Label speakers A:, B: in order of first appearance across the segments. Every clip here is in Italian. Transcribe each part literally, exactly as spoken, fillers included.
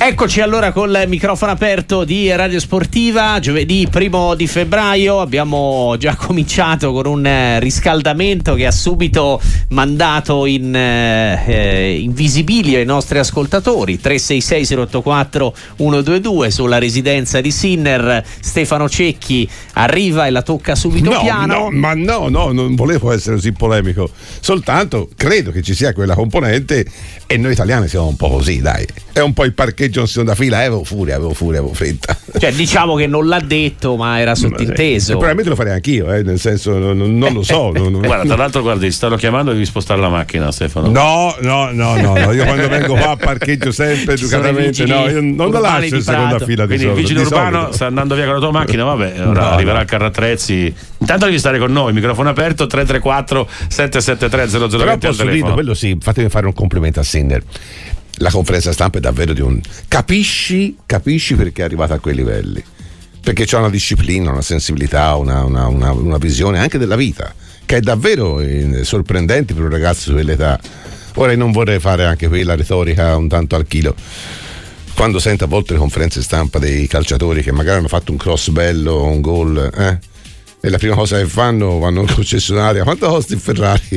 A: Eccoci allora col microfono aperto di Radio Sportiva. Giovedì primo di febbraio abbiamo già cominciato con un riscaldamento che ha subito mandato in, eh, in visibilio i nostri ascoltatori. Tre sei sei zero otto quattro uno due due sulla residenza di Sinner. Stefano Cecchi arriva e la tocca subito
B: no,
A: piano.
B: No, ma no, no, non volevo essere così polemico. Soltanto credo che ci sia quella componente e noi italiani siamo un po' così, dai. È un po' il parcheggio in seconda fila, eh, avevo furia, avevo furia, avevo fretta.
A: Cioè, diciamo che non l'ha detto, ma era sottinteso.
B: E probabilmente lo farei anch'io, eh, nel senso, non, non lo so. Non, non...
C: Guarda, tra l'altro, guardi, stanno chiamando e devi spostare la macchina, Stefano.
B: No, no, no, no, no. Io quando vengo qua parcheggio sempre educatamente, no, io non la lascio in seconda fila.
C: Quindi il vigile urbano sta andando via con la tua macchina, vabbè, ora
B: no,
C: arriverà
B: no.
C: il carro attrezzi. Intanto devi stare con noi, microfono aperto, tre tre quattro sette sette tre zero zero
B: Però
C: due zero
B: posso dire, quello sì, fatemi fare un complimento a Sinner. La conferenza stampa è davvero di un... Capisci, capisci perché è arrivata a quei livelli. Perché c'è una disciplina, una sensibilità, una, una, una, una visione anche della vita, che è davvero eh, sorprendente per un ragazzo di quell'età. Ora io non vorrei fare anche quella retorica un tanto al chilo. Quando sento a volte le conferenze stampa dei calciatori che magari hanno fatto un cross bello, un gol, eh? E la prima cosa che fanno vanno in concessionaria, quanto costa il Ferrari?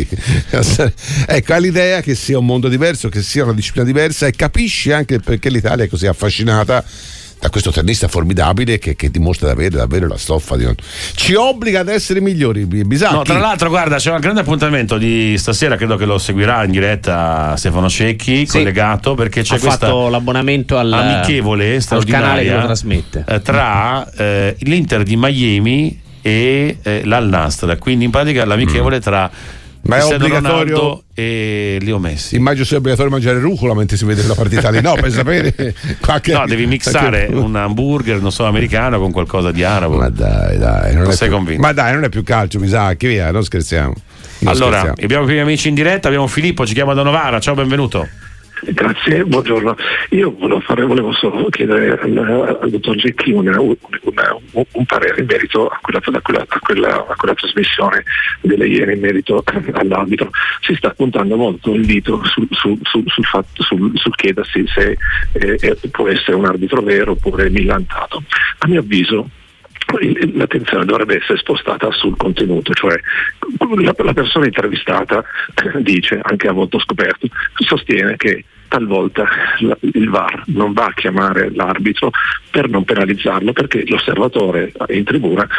B: Ecco, hai l'idea che sia un mondo diverso, che sia una disciplina diversa, e capisci anche perché l'Italia è così affascinata da questo tennista formidabile che, che dimostra di avere davvero la stoffa di un... ci obbliga ad essere migliori. Bisacchi.
C: No, tra l'altro, guarda, c'è un grande appuntamento di stasera, credo che lo seguirà in diretta Stefano Cecchi, sì, collegato, perché c'è
A: ha
C: questa
A: fatto l'abbonamento al,
C: amichevole straordinaria,
A: al canale che lo trasmette,
C: eh, tra eh, l'Inter di Miami e eh, l'Al Nassr, quindi in pratica l'amichevole tra
B: Ma è
C: Cristiano
B: obbligatorio
C: Ronaldo e Leo Messi.
B: Immagino sia obbligatorio mangiare rucola mentre si vede la partita lì. No, per sapere qualche...
C: No, devi mixare un hamburger, non so, americano con qualcosa di arabo.
B: Ma dai, dai, non,
C: non
B: è
C: sei
B: più...
C: convinto?
B: Ma dai, non è più calcio, mi sa, che via, non scherziamo. Non
C: allora,
B: scherziamo.
C: abbiamo qui amici in diretta, abbiamo Filippo, ci chiama da Novara, ciao, benvenuto.
D: Grazie, buongiorno. Io volevo, fare, volevo solo chiedere al, al dottor Cecchi una, una, una, un parere in merito a quella, a, quella, a, quella, a quella trasmissione delle Iene in merito all'arbitro. Si sta puntando molto il dito sul, sul, sul, sul, fatto, sul, sul chiedersi se eh, può essere un arbitro vero oppure millantato. A mio avviso l'attenzione dovrebbe essere spostata sul contenuto, cioè la, la persona intervistata dice, anche a volto scoperto, sostiene che talvolta il V A R non va a chiamare l'arbitro per non penalizzarlo, perché l'osservatore in tribuna,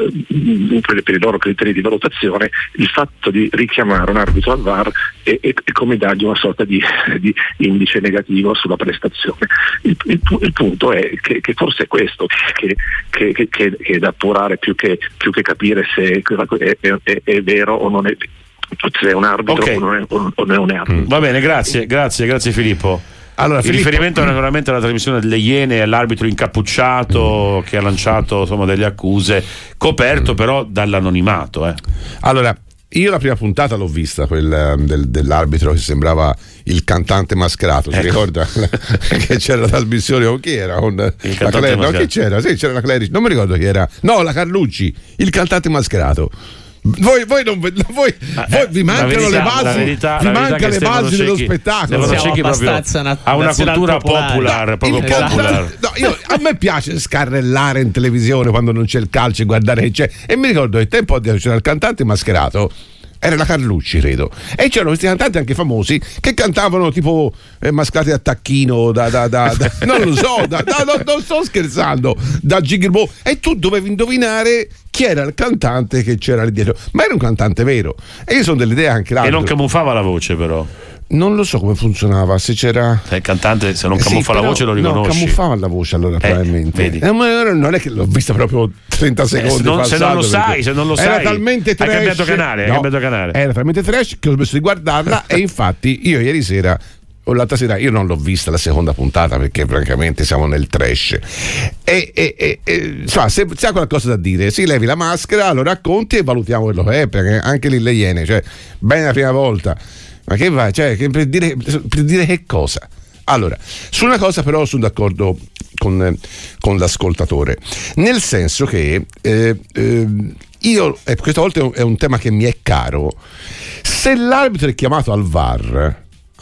D: eh, per, per i loro criteri di valutazione, il fatto di richiamare un arbitro al V A R è, è, è come dargli una sorta di, di indice negativo sulla prestazione. Il, il, il punto è che, che forse è questo che, che, che, che, che è da appurare più che, più che capire se è, è, è, è vero o non è vero. Se è un arbitro, okay, o non è, o non è un arbitro.
C: Va bene, grazie, grazie, grazie Filippo.
B: Allora,
C: il
B: Filippo...
C: riferimento è naturalmente alla trasmissione delle Iene e all'arbitro incappucciato mm. che ha lanciato, insomma, delle accuse, coperto mm. però dall'anonimato. Eh.
B: Allora, io la prima puntata l'ho vista, quella del, dell'arbitro che sembrava il cantante mascherato, si ecco. ricorda che c'era la trasmissione o chi era? Con la Claire, no, chi c'era? Sì, c'era la Claire, non mi ricordo chi era. No, la Carlucci, il cantante mascherato. Voi, voi, non, voi, voi
C: eh,
B: vi mancano
C: verità,
B: le basi,
C: verità,
B: vi manca le basi dello
C: Cecchi,
B: spettacolo.
C: Cecchi proprio ha una cultura popolare, proprio
B: il
C: popolare.
B: No, io, a me piace scarrellare in televisione quando non c'è il calcio e guardare che c'è. E mi ricordo che tempo c'era il cantante mascherato. Era la Carlucci, credo. E c'erano questi cantanti anche famosi che cantavano tipo eh, mascherati a tacchino, da, da, da, da non lo so, da, da, no, non sto scherzando, da Jiggerbo. E tu dovevi indovinare chi era il cantante che c'era lì dietro. Ma era un cantante vero. E io sono dell'idea anche là.
C: E non camuffava la voce, però.
B: Non lo so come funzionava, se c'era...
C: Il cantante, se non
B: sì,
C: camuffa
B: però,
C: la voce lo riconosci.
B: No, camuffava la voce allora, eh, probabilmente.
C: Vedi.
B: Eh, ma non è che l'ho vista proprio trenta secondi
C: eh, se, non, se non lo sai, se non lo
B: era
C: sai,
B: talmente trash,
C: hai cambiato canale,
B: no,
C: hai cambiato canale.
B: Era talmente trash che ho smesso di guardarla e infatti io ieri sera o l'altra sera io non l'ho vista la seconda puntata perché francamente siamo nel trash e, e, e, e insomma, se, se ha qualcosa da dire si levi la maschera, lo racconti e valutiamo quello che è, perché anche lì le Iene, cioè bene la prima volta, ma che va, cioè che per, dire, per dire che cosa? Allora, su una cosa però sono d'accordo con, con l'ascoltatore, nel senso che eh, eh, io, eh, questa volta è un, è un tema che mi è caro. Se l'arbitro è chiamato al V A R,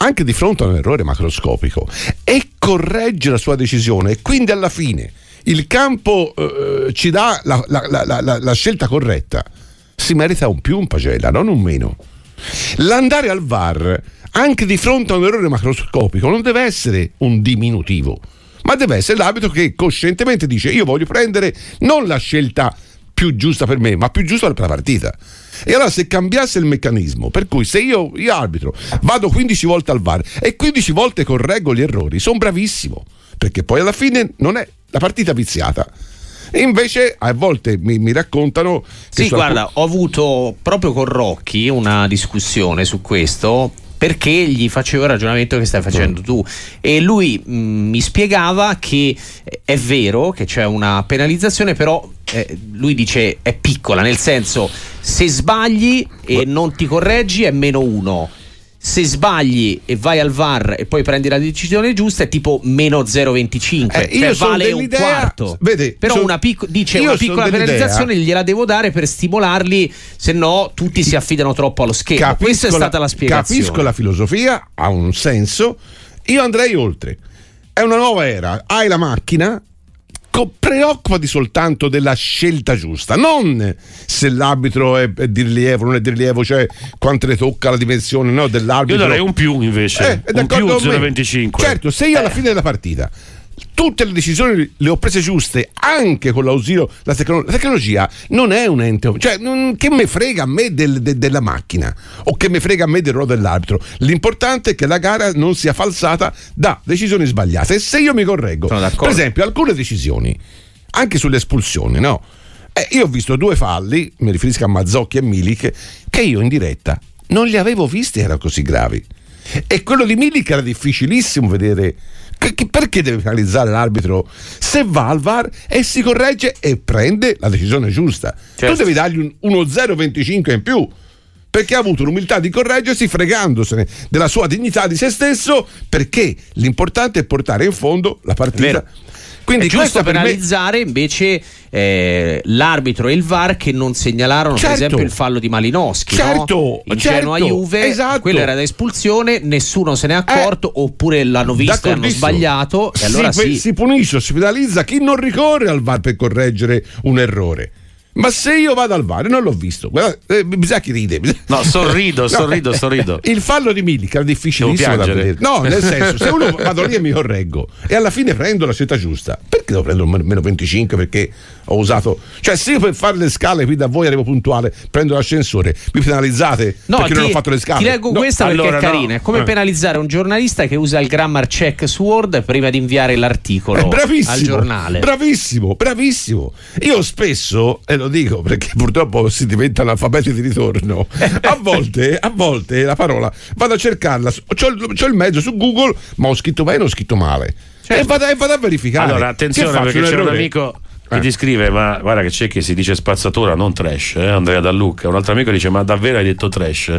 B: anche di fronte a un errore macroscopico, e corregge la sua decisione, e quindi alla fine il campo eh, ci dà la, la, la, la, la scelta corretta, si merita un più un Pagella, non un meno. L'andare al V A R anche di fronte a un errore macroscopico non deve essere un diminutivo, ma deve essere l'arbitro che coscientemente dice: io voglio prendere non la scelta più giusta per me, ma più giusta per la partita. E allora, se cambiasse il meccanismo per cui se io, io arbitro, vado quindici volte al V A R e quindici volte correggo gli errori, sono bravissimo, perché poi alla fine non è la partita viziata. E invece a volte mi, mi raccontano che
A: sì, guarda, ho avuto proprio con Rocchi una discussione su questo, perché gli facevo il ragionamento che stai facendo mm. tu, e lui mh, mi spiegava che è vero che c'è una penalizzazione, però eh, lui dice è piccola, nel senso, se sbagli e non ti correggi è meno uno, se sbagli e vai al V A R e poi prendi la decisione giusta è tipo meno zero virgola venticinque,
B: eh,
A: cioè vale un quarto.
B: Vede,
A: però
B: sono,
A: una picco- dice una piccola penalizzazione gliela devo dare per stimolarli, se no tutti si affidano troppo allo schema.
B: Capisco,
A: questa è stata la spiegazione.
B: Capisco la filosofia, ha un senso. Io andrei oltre. È una nuova era, hai la macchina, preoccupati soltanto della scelta giusta, non se l'arbitro è, è di rilievo, non è di rilievo, cioè quanto le tocca la dimensione, no, dell'arbitro.
C: Io darei un più invece,
B: eh,
C: un più zero virgola venticinque.
B: Certo, se io alla
C: eh.
B: fine della partita tutte le decisioni le ho prese giuste, anche con l'ausilio la, tecno- la tecnologia non è un ente, cioè non, che me frega a me del, de- della macchina o che me frega a me del ruolo dell'arbitro, l'importante è che la gara non sia falsata da decisioni sbagliate. E se io mi correggo, per esempio alcune decisioni anche sulle espulsioni, no? Eh, io ho visto due falli, mi riferisco a Mazzocchi e Milik, che io in diretta non li avevo visti, erano così gravi, e quello di Milik era difficilissimo vedere. Perché deve penalizzare l'arbitro se va al V A R e si corregge e prende la decisione giusta? Certo. Tu devi dargli un, uno zero virgola venticinque in più, perché ha avuto l'umiltà di correggersi fregandosene della sua dignità, di se stesso, perché l'importante è portare in fondo la partita. Vero. Quindi
A: è giusto
B: per
A: penalizzare me... invece eh, l'arbitro e il V A R che non segnalarono, certo, per esempio il fallo di Malinowski,
B: certo,
A: no? In
B: certo,
A: Genoa Juve,
B: esatto.
A: Quello era da espulsione, nessuno se ne è accorto, eh, oppure l'hanno visto e hanno sbagliato, e allora
B: si,
A: sì.
B: si punisce, si penalizza chi non ricorre al V A R per correggere un errore. Ma se io vado al V A R e non l'ho visto, guarda, eh, mi sa chi ride.
C: No, sorrido, sorrido, no, sorrido.
B: Il fallo di Milik era difficilissimo da vedere. No, nel senso, se uno vado lì e mi correggo e alla fine prendo la scelta giusta, perché devo prendere un meno venticinque perché ho usato, cioè se io per fare le scale qui da voi arrivo puntuale, prendo l'ascensore, mi penalizzate
A: no,
B: perché
A: ti,
B: non ho fatto le scale?
A: Ti leggo
B: no,
A: questa perché
C: allora,
A: è carina,
C: no.
A: È come
B: eh.
A: penalizzare un giornalista che usa il grammar check su Word prima di inviare l'articolo
B: eh,
A: al giornale.
B: Bravissimo, bravissimo. Io spesso, e lo dico perché purtroppo si diventa analfabeti di ritorno, a volte, a volte la parola vado a cercarla, c'ho, c'ho il mezzo su Google, ma ho scritto bene o ho scritto male, certo. e, vado, e vado a verificare.
C: Allora attenzione, perché un c'è errore? Un amico che eh. ti scrive: ma guarda che c'è che si dice spazzatura, non trash, eh? Andrea Dallucca. Un altro amico dice: ma davvero hai detto trash?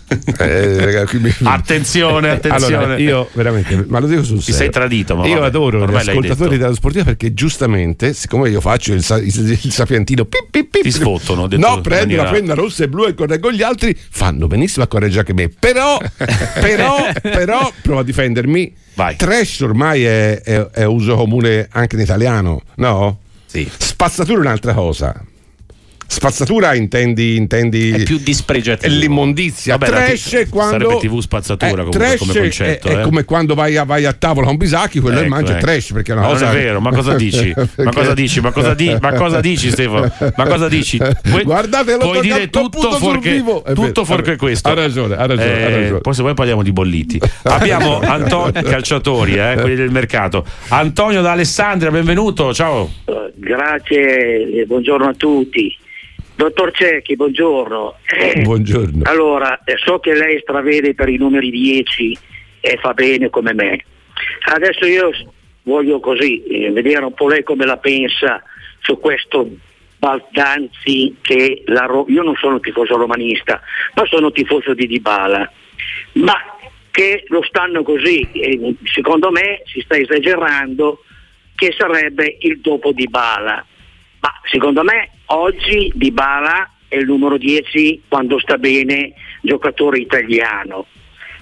B: Eh, ragazzi, mi...
C: attenzione, attenzione.
B: Allora, io veramente, ma lo dico sul serio,
C: ti sei tradito, ma
B: io
C: vabbè,
B: adoro gli ascoltatori della sportiva, perché giustamente, siccome io faccio il, il, il sapientino pip, pip, pip,
C: ti sfottono,
B: no, prendo maniera... la penna rossa e blu e correggo gli altri, fanno benissimo a correggere anche me, però però, però provo a difendermi. Vai. Trash ormai è, è, è uso comune anche in italiano, no?
A: Sì.
B: Spazzatura è un'altra cosa. Spazzatura intendi, intendi
A: è più dispregiativo,
B: l'immondizia.
C: Vabbè,
B: trash è quando
C: sarebbe tivù spazzatura,
B: eh,
C: comunque,
B: trash
C: come concetto,
B: è,
C: eh.
B: è come quando vai a, vai a tavola con Bisacchi, quello
C: ecco,
B: e mangia
C: ecco.
B: trash, perché è una
C: ma
B: cosa...
C: non è vero, ma cosa dici? perché... ma cosa dici? Ma cosa, di... ma cosa dici Stefano? Ma cosa dici? Puoi,
B: guardate,
C: puoi dire tutto fuorché, tutto fuorché questo.
B: Ha ragione, ha ragione,
C: eh,
B: ha ragione.
C: Poi se poi parliamo di bolliti. Abbiamo Antonio, calciatori, eh, quelli del mercato. Antonio da Alessandria, benvenuto, ciao.
E: Grazie, buongiorno a tutti. Dottor Cecchi, buongiorno.
B: Eh, buongiorno.
E: Allora, so che lei stravede per i numeri dieci e fa bene come me. Adesso io voglio così eh, vedere un po' lei come la pensa su questo Baldanzi che la Ro- io non sono tifoso romanista, ma sono tifoso di Dybala. Ma che lo stanno così, eh, secondo me si sta esagerando, che sarebbe il dopo Dybala. Ma secondo me oggi Dybala è il numero dieci quando sta bene, giocatore italiano.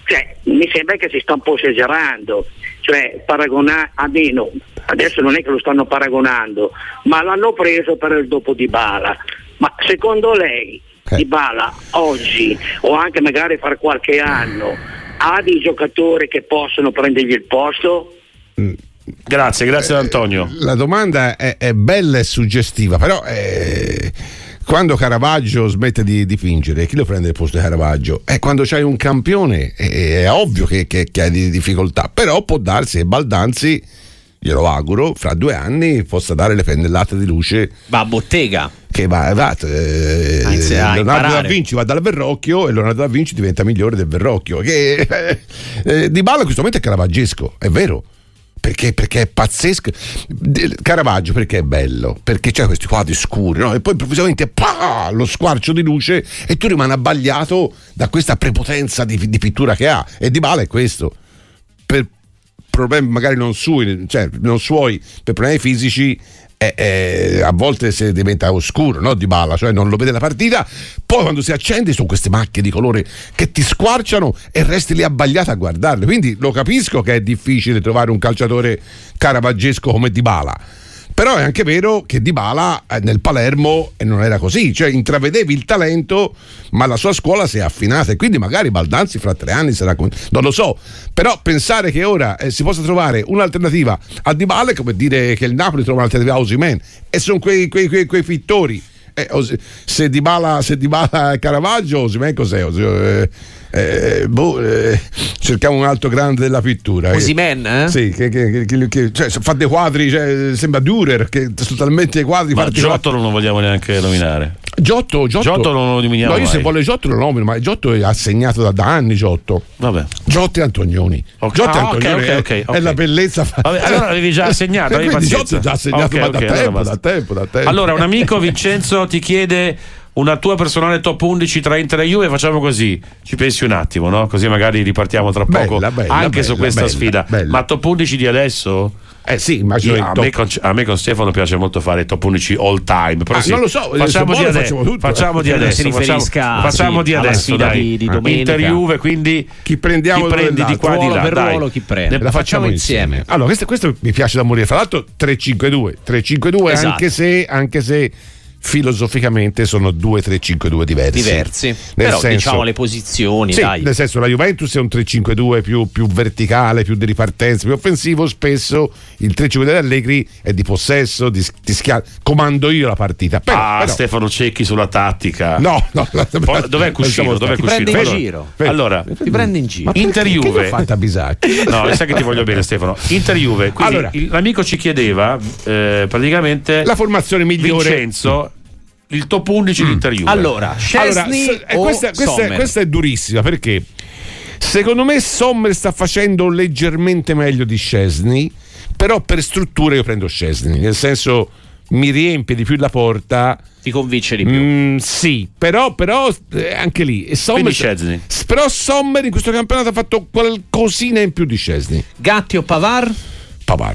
E: Cioè, mi sembra che si sta un po' esagerando, cioè paragonare, almeno adesso non è che lo stanno paragonando, ma l'hanno preso per il dopo Dybala. Ma secondo lei
B: eh.
E: Dybala oggi, o anche magari fra qualche anno, ha dei giocatori che possono prendergli il posto?
B: Mm.
C: Grazie, grazie
B: eh,
C: ad Antonio.
B: La domanda è, è bella e suggestiva, però eh, quando Caravaggio smette di dipingere, chi lo prende il posto di Caravaggio? E quando c'hai un campione è, è ovvio che, che, che hai di difficoltà, però può darsi che Baldanzi, glielo auguro, fra due anni possa dare le pennellate di luce.
A: Va a bottega.
B: Che va, va eh,
A: Anzi, a
B: Leonardo
A: imparare.
B: da Vinci va dal Verrocchio e Leonardo da Vinci diventa migliore del Verrocchio. Che eh, eh, Dybala in questo momento è caravaggesco, è vero. Perché, perché è pazzesco. Caravaggio perché è bello, perché c'è questi quadri scuri, no? E poi improvvisamente pah, lo squarcio di luce e tu rimani abbagliato da questa prepotenza di, di pittura che ha. E Dybala è questo. Per problemi magari non suoi, cioè non suoi, per problemi fisici. Eh, eh, a volte si diventa oscuro, no? Dybala, cioè non lo vede la partita, poi quando si accende sono queste macchie di colore che ti squarciano e resti lì abbagliato a guardarle, quindi lo capisco che è difficile trovare un calciatore caravaggesco come Dybala, però è anche vero che Dybala nel Palermo non era così, cioè intravedevi il talento ma la sua scuola si è affinata e quindi magari Baldanzi fra tre anni sarà con... non lo so, però pensare che ora eh, si possa trovare un'alternativa a Dybala è come dire che il Napoli trova un'alternativa a Osimhen e sono quei, quei, quei, quei pittori. Eh, se Dybala se Dybala è Caravaggio, Osimhen cos'è? Eh, eh, boh, eh, cerchiamo un altro grande della pittura.
A: Osimhen, eh?
B: Sì, che, che, che, che cioè, fa dei quadri, cioè, sembra Dürer, che sono talmente quadri.
C: Ma Giotto non lo vogliamo neanche nominare.
B: Giotto, Giotto,
C: Giotto non lo nominiamo.
B: No, io
C: mai.
B: se vuole Giotto lo nomino, ma Giotto è assegnato da, da anni. Giotto,
C: vabbè.
B: Giotto e Antonioni.
C: Okay.
B: Giotto e
C: Ah,
B: Antonioni
C: okay,
B: è,
C: okay, okay.
B: è la bellezza.
C: Vabbè, allora l'avevi già assegnato.
B: E quindi Giotto è già assegnato
C: okay,
B: ma
C: okay,
B: da,
C: allora
B: tempo,
C: basta.
B: da tempo, da tempo.
C: Allora, un amico Vincenzo ti chiede una tua personale top undici tra Inter e Juve. Facciamo così, ci pensi un attimo, no? Così magari ripartiamo tra poco
B: bella, bella,
C: anche
B: bella,
C: su questa
B: bella,
C: sfida.
B: bella.
C: Ma top undici di adesso?
B: Eh sì, immagino
C: Io, a, me con, a me con Stefano piace molto fare top undici all time. Però
B: ah,
C: sì,
B: non lo so,
C: facciamo di, ade-
B: facciamo tutto,
C: facciamo
B: eh.
C: di adesso.
A: Si riferisca
C: facciamo, facciamo
A: sì,
C: di
A: alla
C: adesso
A: sfida
C: dai.
A: di, di domenica.
C: Inter Juve, quindi
B: chi prendiamo
C: chi prendi di qua di
A: ruolo
C: là,
A: per
C: dai.
A: ruolo, chi prende.
B: La facciamo insieme. insieme. Allora, questo, questo mi piace da morire. Fra l'altro tre cinque due, tre cinque due
A: Esatto.
B: anche se anche se filosoficamente sono due tre cinque due diversi.
A: Diversi.
B: Nel
A: Però
B: senso,
A: diciamo le posizioni,
B: sì,
A: dai.
B: nel senso la Juventus è un tre cinque due più, più verticale, più di ripartenza, più offensivo. Spesso il tre cinque due di Allegri è di possesso, di, di schia- comando io la partita. Però,
C: ah,
B: però,
C: Stefano Cecchi sulla tattica.
B: No, no,
C: Poi, dov'è il cuscino? Dov'è il
A: Ti
C: cuscino?
A: prende in
C: Allora,
A: giro.
C: allora,
A: Ti prende in giro.
B: Ma
C: Inter
B: perché-
C: Juve.
B: che l'ho fatta Bisacchi?
C: No, sai che ti voglio bene, Stefano. Inter Juve. Quindi
B: Allora.
C: il- l'amico ci chiedeva eh, praticamente
B: La formazione migliore.
C: Vincenzo, il top undici di Inter Juve.
A: Allora, Szczesny
B: Allora, se- eh,
A: o
B: questa, questa,
A: Sommer?
B: questa è durissima perché secondo me Sommer sta facendo leggermente meglio di Szczesny, però per struttura io prendo Szczesny, nel senso mi riempie di più la porta.
A: Ti convince di più.
B: Mm, sì, però, però eh, anche lì e Sommer,
C: Quindi Szczesny.
B: però Sommer in questo campionato ha fatto qualcosina in più di Szczesny.
A: Gatti o Pavard?
B: Pavard,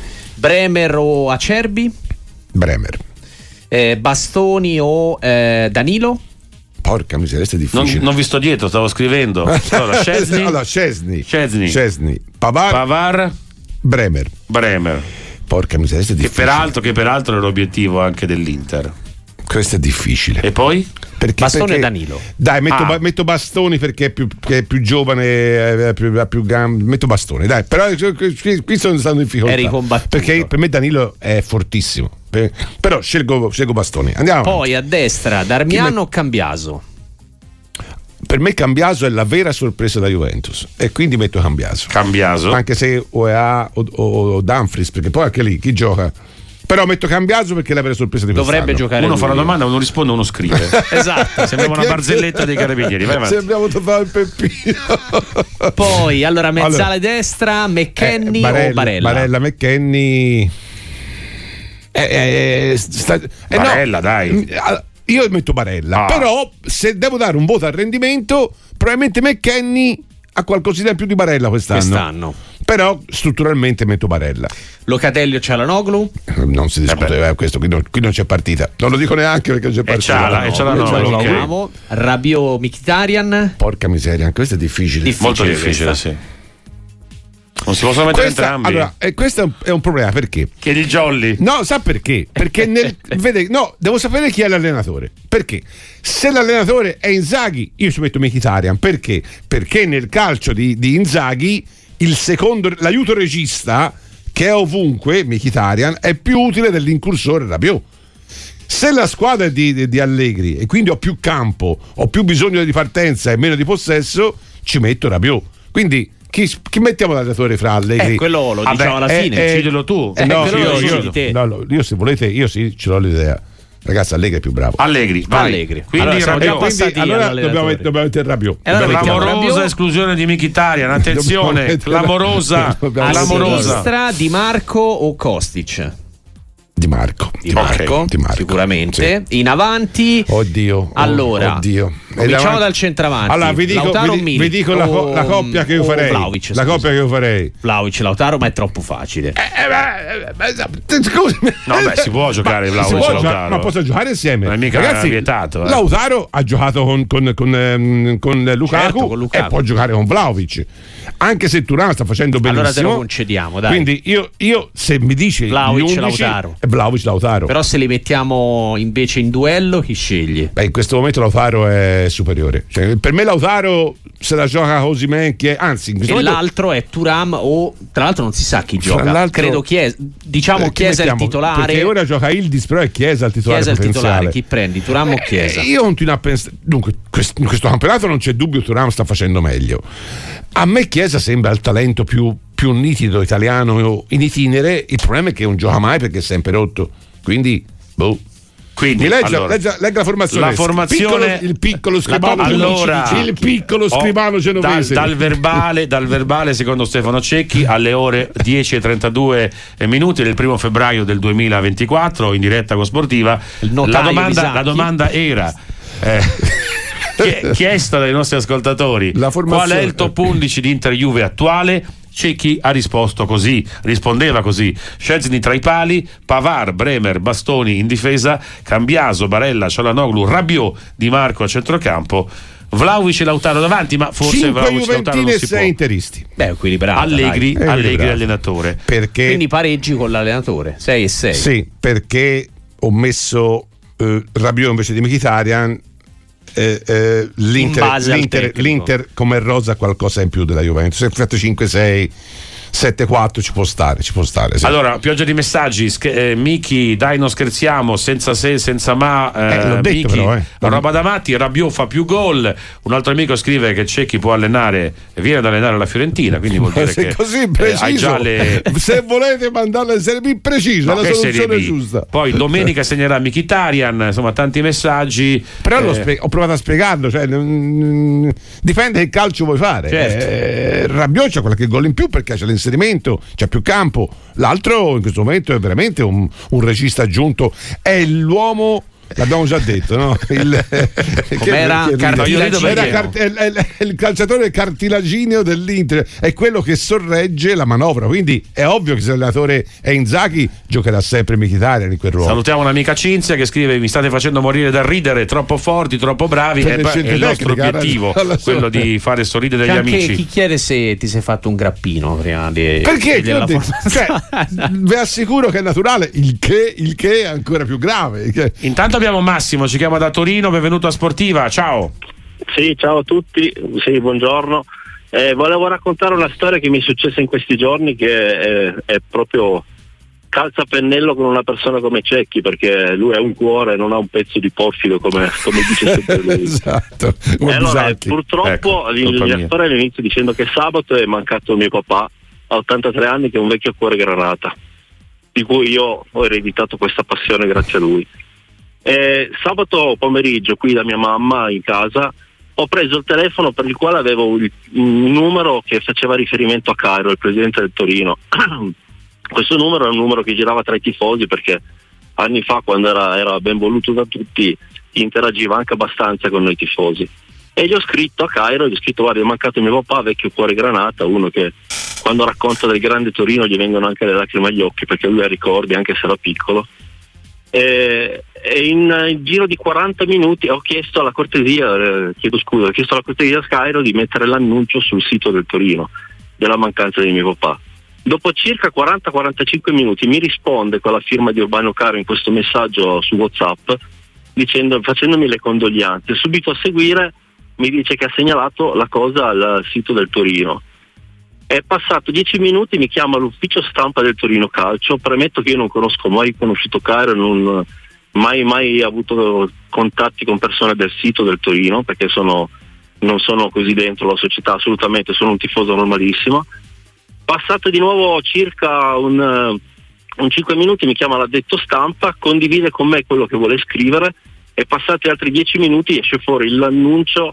A: Bremer o Acerbi?
B: Bremer.
A: Eh, Bastoni o eh, Danilo?
B: Porca miseria, questo è
C: Non,
B: difficile.
C: non vi sto dietro, stavo scrivendo. Allora, Szczesny,
B: allora, Szczesny,
C: Szczesny.
B: Szczesny, Pavard,
C: Pavard,
B: Bremer.
C: Bremer.
B: Porca miseria, questo è
C: Che
B: difficile.
C: peraltro, che peraltro è l'obiettivo anche dell'Inter.
B: Questo è difficile.
C: E poi?
B: Perché,
A: Bastoni
B: perché-
A: e Danilo.
B: Dai, metto,
C: Ah.
B: ba- metto Bastoni perché è più, che è più giovane, è più, ha più gambe. Metto Bastoni, dai. Però qui, qui sono stato in difficoltà.
A: Eri combattuto.
B: Perché per me Danilo è fortissimo. Per- però scelgo, scelgo Bastoni. Andiamo.
A: Poi a destra Darmiano
B: Chi met-
A: o Cambiaso?
B: Per me Cambiaso è la vera sorpresa da Juventus. E quindi metto Cambiaso.
C: Cambiaso.
B: Anche se O E A o, o, o Dumfries, perché poi anche lì chi gioca? Però metto Cambiaso perché è la vera sorpresa di quest'anno.
A: Dovrebbe giocare
C: Uno
A: lui.
C: fa la domanda, uno risponde, uno scrive.
A: Esatto.
C: Sembrava una barzelletta dei carabinieri. Vai avanti.
B: Sembriamo trovare il Peppino.
A: Poi allora mezzale
B: Allora,
A: destra McKennie
B: Eh, Barella,
A: o Barella?
B: Barella McKennie. Eh, eh, sta- eh, no.
C: Barella, dai.
B: Mm, ah, Io metto Barella,
C: Ah.
B: però se devo dare un voto al rendimento, probabilmente McKennie ha qualcosina in più di Barella quest'anno.
A: Quest'anno.
B: però strutturalmente metto Barella.
A: Locatelli o Çalhanoğlu?
B: Non si discute, eh questo qui non, qui non c'è partita, non lo dico neanche perché c'è partita.
C: E Çalhanoğlu,
A: okay. okay. Rabiot, Mkhitaryan.
B: Porca miseria, questo è difficile,
A: difficile
C: molto difficile,
A: questa.
C: sì. Non si possono mettere
B: questa,
C: entrambi.
B: Allora, e questo è un, è un problema, perché?
C: Che di Jolly.
B: No, sa perché? Perché nel, vede, no, devo sapere chi è l'allenatore. Perché? Se l'allenatore è Inzaghi, io ci metto Mkhitaryan. Perché? Perché nel calcio di, di Inzaghi il secondo, l'aiuto regista che è ovunque, Mkhitaryan, è più utile dell'incursore Rabiot. Se la squadra è di, di, di Allegri e quindi ho più campo, ho più bisogno di partenza e meno di possesso, ci metto Rabiot. Quindi Chi, chi mettiamo l'allenatore fra Allegri?
A: Eh, quello lo diciamo alla
B: eh,
A: fine.
B: Eh,
C: decidilo tu.
A: Eh,
B: no,
A: quello
B: io,
A: lo
B: io,
A: decidi te.
B: no, io se volete, io sì, ce l'ho l'idea. Ragazzi, Allegri è più bravo.
C: Allegri, vai.
A: Allegri.
C: Quindi
A: allora, siamo già
C: Rabiot.
A: passati
B: Quindi, allora dobbiamo, dobbiamo mettere Rabiot.
A: E allora
B: Dobbiamo
A: mettiamo
C: Clamorosa
A: Rabiot.
C: esclusione di Mkhitaryan, attenzione, clamorosa,
B: Dobbiamo
A: a
C: clamorosa.
A: sinistra Di Marco o Kostic?
B: Di Marco.
A: Di Marco,
B: Okay. Di Marco.
A: Sicuramente. Sì. In avanti.
B: Oddio.
A: Allora,
B: oddio.
A: cominciamo
B: davanti...
A: dal centravanti.
B: Allora, vi dico,
A: Lautaro
B: vi,
A: Milik,
B: vi dico la, co- la coppia che io farei.
A: Vlahovic,
B: la coppia che io farei.
A: Vlahovic, Lautaro, ma è troppo facile.
B: Eh, beh, beh, scusi.
C: No, beh, si può giocare
B: ma,
C: Vlahovic e
B: Lautaro.
C: Lautaro.
B: Ma possono giocare insieme.
C: Non è mica
B: Ragazzi,
C: vietato. Eh.
B: Lautaro ha giocato con, con, con, con, con, Lukaku,
A: certo, con Lukaku
B: e può giocare con Vlahovic. Anche se Thuram sta facendo benissimo.
A: Allora te lo concediamo, dai.
B: Quindi io, io se mi dici
A: Vlahovic,
B: gli undici,
A: Lautaro.
B: è Vlahovic, Lautaro.
A: Però se li mettiamo invece in duello, chi scegli?
B: Beh, in questo momento Lautaro è superiore. Cioè, per me Lautaro se la gioca Osimhen, chi è, anzi in questo
A: E
B: momento
A: l'altro è Thuram o tra l'altro non si sa chi
B: Fra
A: gioca.
B: l'altro-
A: Credo Chiesa, diciamo
B: eh, chi
A: Chiesa è il
B: mettiamo?
A: titolare.
B: Perché ora gioca Yildiz, però è Chiesa il titolare
A: Chiesa è il
B: potenziale.
A: titolare, chi prendi? Thuram o Chiesa?
B: Eh, io continuo a pensare. Dunque, quest- in questo campionato non c'è dubbio, Thuram sta facendo meglio. A me Chiesa sembra il talento più, più nitido italiano in itinere. Il problema è che non gioca mai perché è sempre rotto. Quindi, boh.
C: Quindi,
B: Mi legge,
C: allora,
B: legge, legga la formazione.
C: La formazione,
B: Piccolo- il piccolo scrivano.
C: allora,
B: il piccolo scrivano
C: oh,
B: genovese.
C: Dal, dal, verbale, dal verbale, secondo Stefano Cecchi, alle ore dieci e trentadue minuti del primo febbraio del duemilaventiquattro, in diretta con Sportiva.
A: Il
C: La
A: notaio
C: domanda,
A: Bisacchi.
C: la domanda era. Eh, chie- chiesta dai nostri ascoltatori:
B: La formazione.
C: qual è il top undici di Inter Juve attuale? Cecchi ha risposto così, rispondeva così: Szczęsny tra i pali, Pavard, Bremer, Bastoni in difesa, Cambiaso, Barella, Çalhanoğlu, Rabiot, Di Marco a centrocampo, Vlahovic e Lautaro davanti, ma forse
B: cinque
C: Vlahovic e Lautaro
B: Juventini
C: non
B: e
C: si
B: sei
C: può.
B: interisti.
A: Beh, equilibrato.
C: Allegri,
B: dai.
C: Allegri
B: Equilibrato.
C: allenatore.
B: Perché
A: Quindi pareggi con l'allenatore, sei e sei.
B: Sì, perché ho messo eh, Rabiot invece di Mkhitaryan. Eh, eh, l'Inter,
A: In base al
B: l'Inter,
A: tecnico.
B: l'Inter come rosa qualcosa in più della Juventus. Se fatto cinque sei sette quattro ci può stare, ci può stare. Sì.
C: Allora, pioggia di messaggi. Sch- eh, Miki, dai, non scherziamo. Senza se, senza ma. Eh,
B: Eh, l'ho detto
C: Miki,
B: però, eh.
C: roba da matti. Rabiot fa più gol. Un altro amico scrive che Cecchi può allenare, viene ad allenare la Fiorentina. Quindi vuol dire
B: Se
C: che
B: così
C: eh,
B: preciso,
C: hai già le.
B: se volete mandarla in Serie B preciso,
C: No,
B: è la
C: che Serie
B: soluzione
C: B?
B: giusta.
C: Poi domenica segnerà Mkhitaryan, insomma, tanti messaggi.
B: Però l'ho
C: Eh,
B: spie- ho provato a spiegarlo, cioè, mm, dipende che calcio vuoi fare.
A: Certo.
B: Eh, Rabiot c'ha qualche gol in più perché c'è l'inserimento, c'è più campo. L'altro in questo momento è veramente un, un regista aggiunto, è l'uomo. L'abbiamo già detto, no? Il,
A: Com'era?
B: che- che-
A: Cartilagineo.
B: era car- è- è- è il calciatore cartilagineo dell'Inter, è quello che sorregge la manovra. Quindi è ovvio che se l'allenatore è Inzaghi giocherà sempre Mkhitaryan in quel ruolo.
C: Salutiamo un'amica Cinzia che scrive: mi state facendo morire da ridere, troppo forti, troppo bravi.
B: Per
C: E
B: le
C: poi è
B: scelte
C: il nostro
B: tecniche,
C: obiettivo,
B: alla sua-
C: quello di fare sorridere
A: C'è
C: gli
A: anche
C: amici.
A: chi chiede se ti sei fatto un grappino prima di
B: Perché?
A: di-
B: Che ho
A: della
B: detto?
A: formazione.
B: Cioè, vi assicuro che è naturale, il che, il che è ancora più grave. Che-
C: Intanto abbiamo Massimo, ci chiama da Torino, benvenuto a Sportiva, ciao.
F: Sì, ciao a tutti, sì, buongiorno. Eh, volevo raccontare una storia che mi è successa in questi giorni, che è, è proprio calza a pennello con una persona come Cecchi, perché lui ha un cuore, non ha un pezzo di porfido come, come dice sempre lui.
B: Esatto.
F: E
B: Come
F: allora,
B: Bisacchi.
F: purtroppo
C: Ecco,
F: il-
C: colpa
F: la
C: mia.
F: storia all'inizio dicendo che sabato è mancato mio papà a ottantatré anni, che è un vecchio cuore granata, di cui io ho ereditato questa passione grazie a lui. E sabato pomeriggio qui da mia mamma in casa ho preso il telefono per il quale avevo il- un numero che faceva riferimento a Cairo, il presidente del Torino. Questo numero è un numero che girava tra i tifosi, perché anni fa, quando era, era ben voluto da tutti, interagiva anche abbastanza con noi tifosi. E gli ho scritto a Cairo, gli ho scritto: guarda, è mancato mio papà, vecchio cuore granata, uno che quando racconta del grande Torino gli vengono anche le lacrime agli occhi, perché lui ha ricordi anche se era piccolo. E, e in, in giro di quaranta minuti ho chiesto alla cortesia, eh, chiedo scusa, ho chiesto alla cortesia Skyro di mettere l'annuncio sul sito del Torino della mancanza di mio papà. Dopo circa quaranta quarantacinque minuti mi risponde con la firma di Urbano Caro in questo messaggio su WhatsApp, dicendo, facendomi le condoglianze. Subito a seguire mi dice che ha segnalato la cosa al sito del Torino. È passato dieci minuti, mi chiama l'ufficio stampa del Torino Calcio. Premetto che io non conosco mai conosciuto Cairo, non mai mai avuto contatti con persone del sito del Torino, perché sono, non sono così dentro la società, assolutamente, sono un tifoso normalissimo. Passato di nuovo circa un, un cinque minuti mi chiama l'addetto stampa, condivide con me quello che vuole scrivere e passati altri dieci minuti esce fuori l'annuncio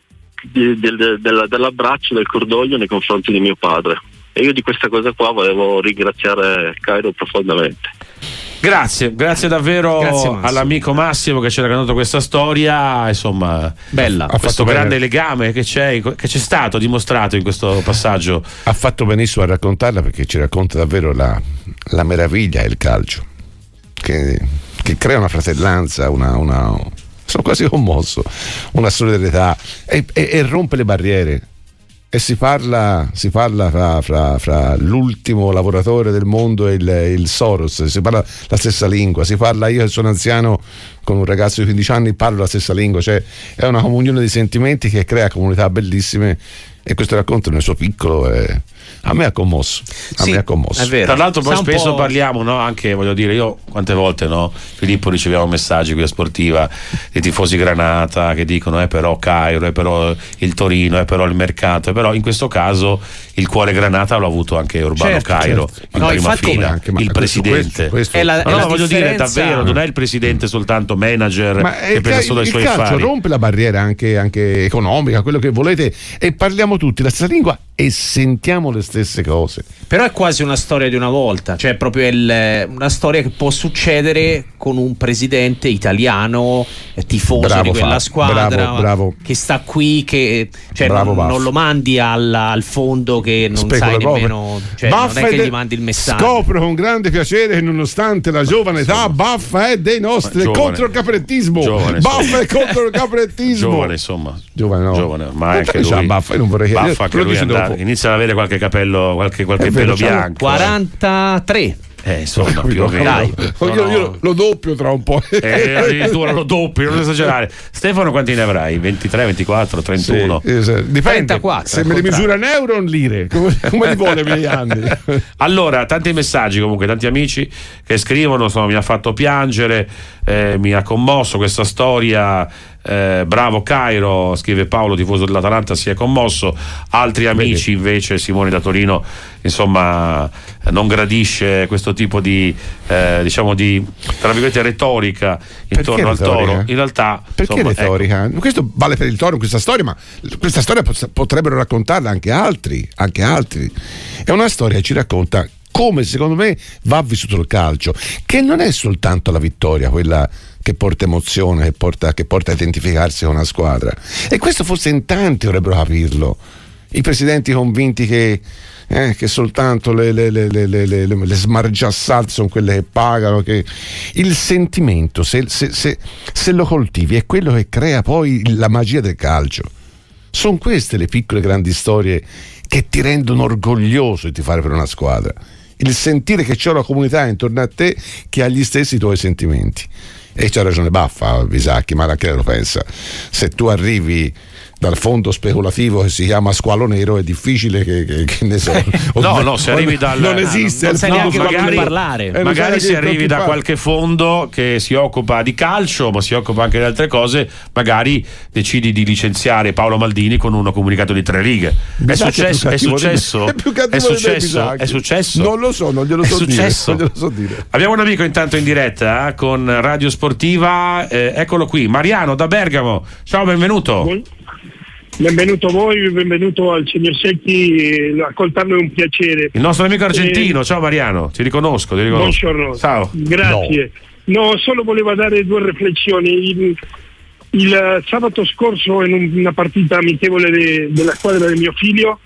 F: di, del, del, dell'abbraccio, del cordoglio nei confronti di mio padre. E io di questa cosa qua volevo ringraziare Cairo profondamente.
C: Grazie, grazie davvero grazie Massimo. All'amico Massimo che ci ha raccontato questa storia, insomma, bella, ha questo grande bene. legame che c'è, che c'è stato dimostrato in questo passaggio.
B: Ha fatto benissimo a raccontarla, perché ci racconta davvero la, la meraviglia del calcio, che, che crea una fratellanza, una, una, sono quasi commosso, una solidarietà e, e, e rompe le barriere. E si parla, si parla fra, fra, fra l'ultimo lavoratore del mondo e il, il Soros, si parla la stessa lingua, si parla, io che sono anziano con un ragazzo di quindici anni parlo la stessa lingua, cioè è una comunione di sentimenti che crea comunità bellissime, e questo racconto nel suo piccolo è, a me ha commosso, a
A: sì,
B: me ha commosso.
A: È vero.
C: Tra l'altro poi
A: Sa
C: spesso parliamo, no? Anche, voglio dire, io quante volte, no? Filippo, riceviamo messaggi qui a Sportiva dei tifosi Granata che dicono eh però Cairo, eh però il Torino, eh però il mercato, eh però in questo caso il cuore Granata l'ha avuto anche Urbano
A: certo,
C: Cairo,
A: certo.
C: in
A: No,
C: prima
A: infatti,
C: fila,
B: anche,
C: il presidente.
B: Questo, questo.
A: È la,
C: no,
A: è
C: no,
A: la
C: voglio dire davvero, non è il presidente soltanto manager
B: ma
C: che pensa solo ai
B: il
C: suoi
B: calcio
C: affari.
B: Rompe la barriera anche, anche economica, quello che volete, e parliamo tutti la stessa lingua e sentiamo le stesse cose.
A: Però è quasi una storia di una volta, cioè proprio il, una storia che può succedere con un presidente italiano eh, tifoso
B: bravo
A: di quella
B: Fabio,
A: squadra,
B: bravo, bravo.
A: che sta qui, che cioè,
B: bravo,
A: non, non lo mandi al, al fondo che non
B: Specula
A: sai
B: proprio.
A: nemmeno, cioè, non è che
B: de-
A: gli mandi il messaggio.
B: Scopro con grande piacere che nonostante la giovane età, Baffa è dei nostri,
C: Giovane.
B: contro il caprettismo.
C: Giovane,
B: Baffa è contro il caprettismo.
C: Giovane, insomma.
B: Giovane, no.
C: Giovane, ormai anche
B: Pensa
C: lui.
B: a Baffa, io non vorrei che
C: Baffa, anche
B: lo
C: lui
B: dice
C: andare,
B: dopo.
C: inizia ad avere qualche capello, qualche, qualche
B: È
C: pelo
B: vero, c'ha
C: bianco.
A: quarantatré
C: Eh, insomma, più o meno.
A: Dai.
B: io,
C: No, no.
B: io lo doppio tra un po'.
C: Eh, addirittura lo doppio, non esagerare. Stefano, quanti ne avrai? ventitré, ventiquattro, trentuno?
B: Sì, eh, dipende
A: trentaquattro,
B: se me li misura in euro o in lire, come, come li vuole i miei anni.
C: Allora, tanti messaggi comunque, tanti amici che scrivono, insomma, mi ha fatto piangere, eh, mi ha commosso questa storia. Eh, bravo Cairo, scrive Paolo, tifoso dell'Atalanta, si è commosso. Altri amici invece, Simone da Torino, insomma, non gradisce questo tipo di eh, diciamo di tra virgolette retorica intorno al
B: retorica?
C: Toro. In realtà,
B: perché
C: insomma,
B: retorica? Ecco. Questo vale per il Toro in questa storia, ma questa storia potrebbero raccontarla anche altri, anche altri. È una storia che ci racconta come secondo me va vissuto il calcio, che non è soltanto la vittoria quella che porta emozione, che porta, che porta a identificarsi con una squadra, e questo forse in tanti dovrebbero capirlo, i presidenti convinti che, eh, che soltanto le, le, le, le, le, le, le smargiassate sono quelle che pagano, che il sentimento, se, se, se, se lo coltivi, è quello che crea poi la magia del calcio. Sono queste le piccole grandi storie che ti rendono orgoglioso di tifare per una squadra, il sentire che c'è una comunità intorno a te che ha gli stessi tuoi sentimenti. E c'ha ragione Baffa, Bisacchi, ma anche lei lo pensa. Se tu arrivi dal fondo speculativo che si chiama squalo nero, è difficile che, che, che ne so.
C: no, no, se arrivi dal
B: non esiste,
A: non sai
C: no,
A: neanche
C: magari,
A: parlare.
B: Eh,
C: magari se arrivi da
B: fa.
C: qualche fondo che si occupa di calcio, ma si occupa anche di altre cose, magari decidi di licenziare Paolo Maldini con un comunicato di tre righe. È
B: Bisacchi
C: successo, è,
B: è
C: successo,
B: è, più
C: è
B: è
C: successo, è successo.
B: Non lo so, non glielo
C: È
B: so
C: successo.
B: dire, non glielo so dire.
C: Abbiamo un amico intanto in diretta eh, con Radio Sportiva, eh, eccolo qui, Mariano da Bergamo. Ciao, benvenuto.
G: Buon- Benvenuto a voi, benvenuto al signor Secchi, ascoltarlo è un piacere.
C: Il nostro amico argentino,
G: Eh,
C: ciao Mariano, ti riconosco, ti riconosco.
G: Buongiorno.
C: Ciao.
G: Grazie. No. no, solo volevo dare due riflessioni. Il, il sabato scorso in un- una partita amichevole de- della squadra del mio figlio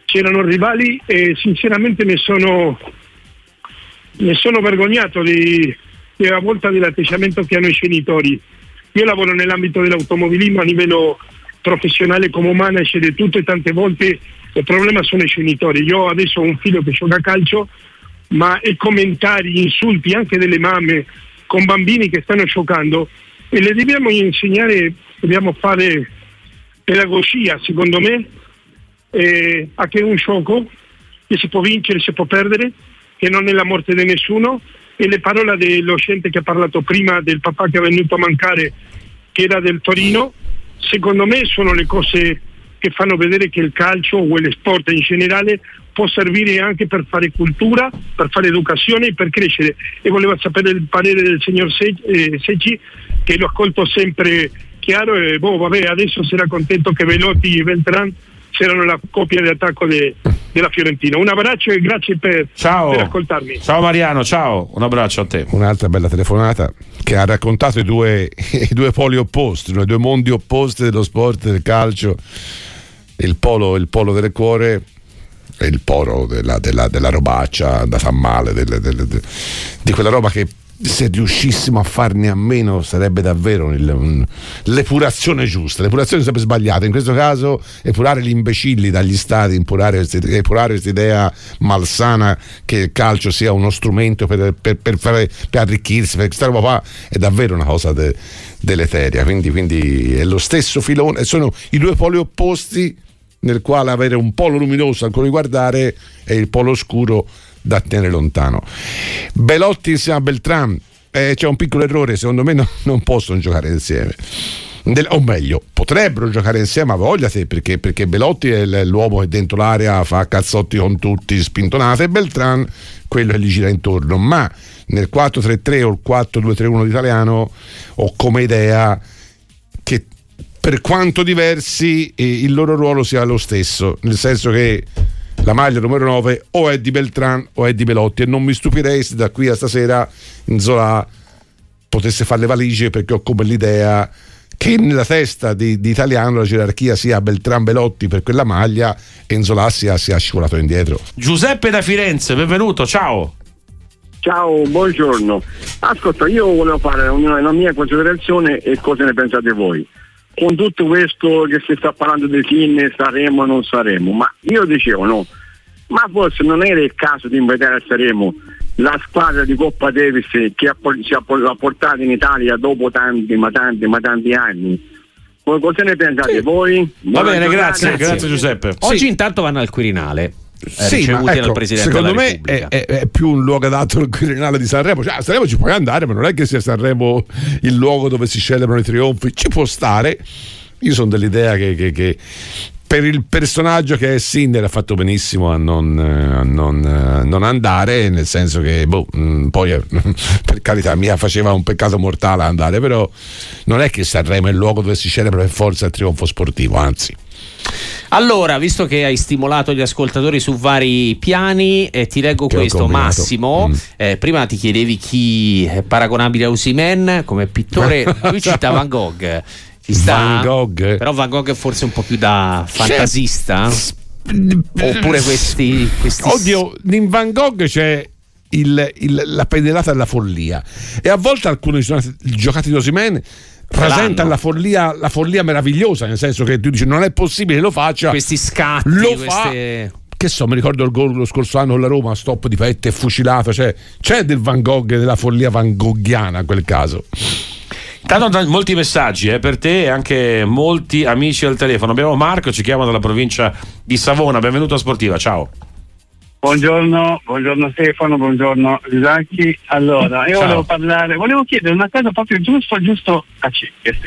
G: c'erano rivali e sinceramente ne sono, ne sono vergognato di, di a volta dell'atteggiamento che hanno i genitori. Io lavoro nell'ambito dell'automobilismo a livello professionale come manager e tutto, e tante volte il problema sono i genitori. Io adesso ho un figlio che gioca a calcio, ma i commentari, insulti anche delle mamme con bambini che stanno giocando, e le dobbiamo insegnare, dobbiamo fare pedagogia, secondo me, eh, a che è un gioco che si può vincere, si può perdere, che non è la morte di nessuno. E le parole dello gente che ha parlato prima, del papà che è venuto a mancare, che era del Torino, secondo me sono le cose che fanno vedere che il calcio o lo sport in generale può servire anche per fare cultura, per fare educazione e per crescere. E volevo sapere il parere del signor Secchi, che lo ascolto sempre chiaro, e boh, vabbè, adesso sarà contento che Belotti e Beltrán c'erano la coppia di attacco de, della Fiorentina. Un abbraccio e grazie per,
C: ciao.
G: per ascoltarmi.
C: Ciao Mariano, ciao, un abbraccio a te.
B: Un'altra bella telefonata che ha raccontato i due, i due poli opposti, i due mondi opposti dello sport, del calcio, il polo, il polo del cuore e il polo della, della, della robaccia andata a male, delle, delle, delle, di quella roba che, se riuscissimo a farne a meno, sarebbe davvero il, un, l'epurazione giusta. L'epurazione è sempre sbagliata, in questo caso epurare gli imbecilli dagli stadi, epurare questa idea malsana che il calcio sia uno strumento per, per, per, fare, per arricchirsi, per questa roba qua è davvero una cosa de, deleteria. Quindi, quindi è lo stesso filone, sono i due poli opposti, nel quale avere un polo luminoso ancora riguardare e il polo oscuro da tenere lontano. Belotti insieme a Beltrán, eh, c'è un piccolo errore, secondo me no, non possono giocare insieme. Del, o meglio, potrebbero giocare insieme, a voglia te, perché, perché Belotti è l'uomo che dentro l'area fa cazzotti con tutti, spintonate, e Beltrán quello che gli gira intorno. Ma nel quattro tre tre o il quattro due tre uno italiano ho come idea che, per quanto diversi, eh, il loro ruolo sia lo stesso, nel senso che la maglia numero nove o è di Beltrán o è di Belotti, e non mi stupirei se da qui a stasera Nzola potesse fare le valigie, perché ho come l'idea che nella testa di, di Italiano la gerarchia sia Beltrán Belotti per quella maglia e Nzola sia, sia scivolato indietro.
C: Giuseppe da Firenze, benvenuto, ciao.
H: Ciao, buongiorno. Ascolta, io volevo fare una, una mia considerazione e cosa ne pensate voi. Con tutto questo che si sta parlando di fine, saremo o non saremo, ma io dicevo no, ma forse non era il caso di invitare a Sanremo la squadra di Coppa Davis che ha, ci ha, l'ha portata in Italia dopo tanti, ma tanti, ma tanti anni. Cosa ne pensate sì. voi?
C: Va bene, grazie, grazie, grazie Giuseppe.
A: Oggi
C: sì.
A: intanto vanno al Quirinale.
B: Sì,
A: ricevuti
B: ecco,
A: dal Presidente
B: secondo
A: della
B: me
A: Repubblica.
B: È, è, è più un luogo adatto al Quirinale di Sanremo. Cioè, a Sanremo ci puoi andare, ma non è che sia Sanremo il luogo dove si celebrano i trionfi. Ci può stare. Io sono dell'idea che, che, che per il personaggio che è Sinner ha fatto benissimo a non, a non, a non andare, nel senso che boh, mh, poi per carità mia faceva un peccato mortale andare, però non è che Sanremo è il luogo dove si celebra per forza il trionfo sportivo, anzi.
A: Allora, visto che hai stimolato gli ascoltatori su vari piani, eh, ti leggo che questo. Massimo, mm. eh, prima ti chiedevi chi è paragonabile a Osimhen come pittore, lui cita Van Gogh. Ci sta?
B: Van Gogh.
A: Però Van Gogh è forse un po' più da fantasista, oppure questi, questi...
B: Oddio, in Van Gogh c'è il, il, la pedalata della follia, e a volte alcuni giocati di Osimhen presentano la follia, la follia meravigliosa, nel senso che tu dici non è possibile, lo faccia,
A: questi scatti,
B: lo
A: queste...
B: fa. Che so, mi ricordo il gol lo scorso anno con la Roma, stop di petto e fucilato, cioè c'è del Van Gogh, della follia van Goghiana in quel caso.
C: Tanto molti messaggi eh, per te e anche molti amici al telefono. Abbiamo Marco, ci chiama dalla provincia di Savona. Benvenuto a Sportiva, ciao.
I: Buongiorno, buongiorno Stefano, buongiorno Isacchi. Allora, io
C: ciao.
I: volevo parlare, volevo chiedere una cosa proprio giusto, giusto a Cicche.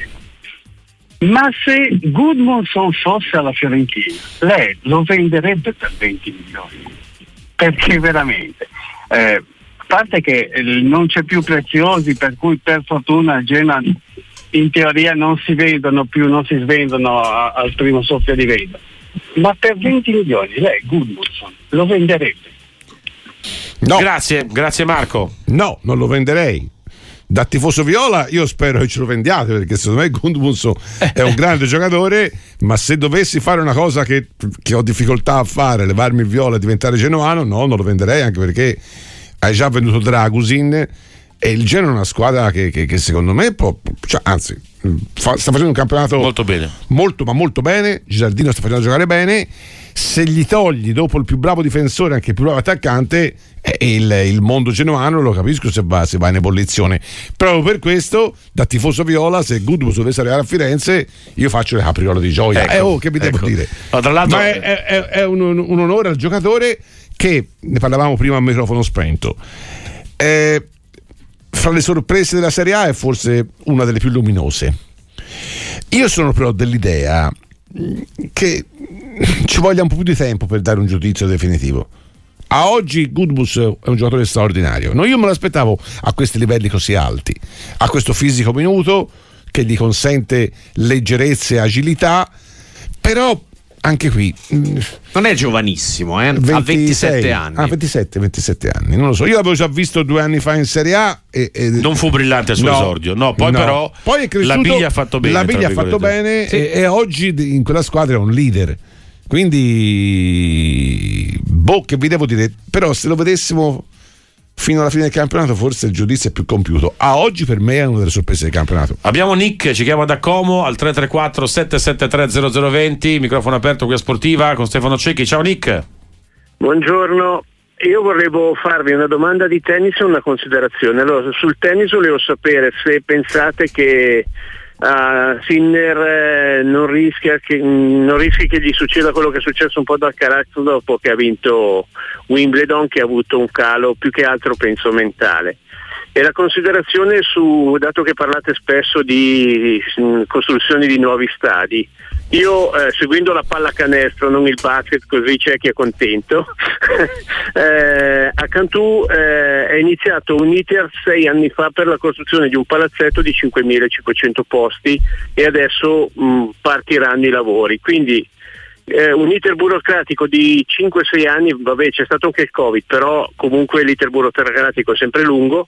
I: Ma se Gudmundsson fosse alla Fiorentina, lei lo venderebbe per venti milioni? Perché veramente... Eh, a parte che eh, non c'è più Preziosi, per cui per fortuna a Genoa in teoria non si vendono più, non si svendono a, al primo soffio di vento, ma per venti milioni lei Gudmundsson lo venderebbe?
B: No.
C: Grazie, grazie Marco.
B: No, non lo venderei. da tifoso viola io spero che ce lo vendiate, perché secondo me Gudmundsson è un grande giocatore, ma se dovessi fare una cosa che, che ho difficoltà a fare, levarmi il viola e diventare genoano, no, non lo venderei, anche perché hai già venduto Dragusin e il Genoa è una squadra che, che, che secondo me può, cioè, anzi fa, sta facendo un campionato
C: molto bene,
B: molto ma molto bene. Gilardino sta facendo giocare bene. Se gli togli dopo il più bravo difensore anche il più bravo attaccante, eh, il, il mondo genoano lo capisco se va, se va in ebollizione. Proprio per questo, da tifoso viola, se Gudmundsson dovesse arrivare a Firenze, io faccio le capriole di gioia.
C: Ecco,
B: eh, oh, che vi devo
C: ecco.
B: dire?
C: No, tra l'altro,
B: ma è, è, è un, un onore al giocatore, che ne parlavamo prima a microfono spento. Eh, fra le sorprese della Serie A è forse una delle più luminose. Io sono però dell'idea che ci voglia un po' più di tempo per dare un giudizio definitivo. A oggi Gudmundsson è un giocatore straordinario. No, io me l'aspettavo a questi livelli così alti, a questo fisico minuto che gli consente leggerezza e agilità, però anche qui
A: non è giovanissimo, eh?
B: ventisei,
A: ha ventisette anni.
B: Ah, ventisette, ventisette anni, non lo so. Io l'avevo già visto due anni fa in Serie A e, e
C: non fu brillante il suo
B: no,
C: esordio, no, poi
B: no.
C: però
B: poi è cresciuto,
C: la biglia ha fatto bene.
B: La biglia ha fatto bene, sì. e, e oggi in quella squadra è un leader. Quindi, boh, che vi devo dire, però se lo vedessimo fino alla fine del campionato forse il giudizio è più compiuto. A oggi per me è una delle sorprese del campionato.
C: Abbiamo Nick, ci chiama da Como al tre tre quattro sette sette tre zero zero due zero, microfono aperto qui a Sportiva con Stefano Cecchi. Ciao Nick.
J: Buongiorno, io volevo farvi una domanda di tennis e una considerazione. Allora, sul tennis volevo sapere se pensate che Uh, Sinner eh, non rischia che non rischi che gli succeda quello che è successo un po' da Alcaraz dopo che ha vinto Wimbledon, che ha avuto un calo più che altro penso mentale. E la considerazione su, dato che parlate spesso di mh, costruzioni di nuovi stadi, io eh, seguendo la pallacanestro, non il basket, così c'è chi è contento, eh, a Cantù eh, è iniziato un iter sei anni fa per la costruzione di un palazzetto di cinquemilacinquecento posti e adesso mh, partiranno i lavori, quindi eh, un iter burocratico di cinque sei anni, vabbè c'è stato anche il Covid, però comunque l'iter burocratico è sempre lungo.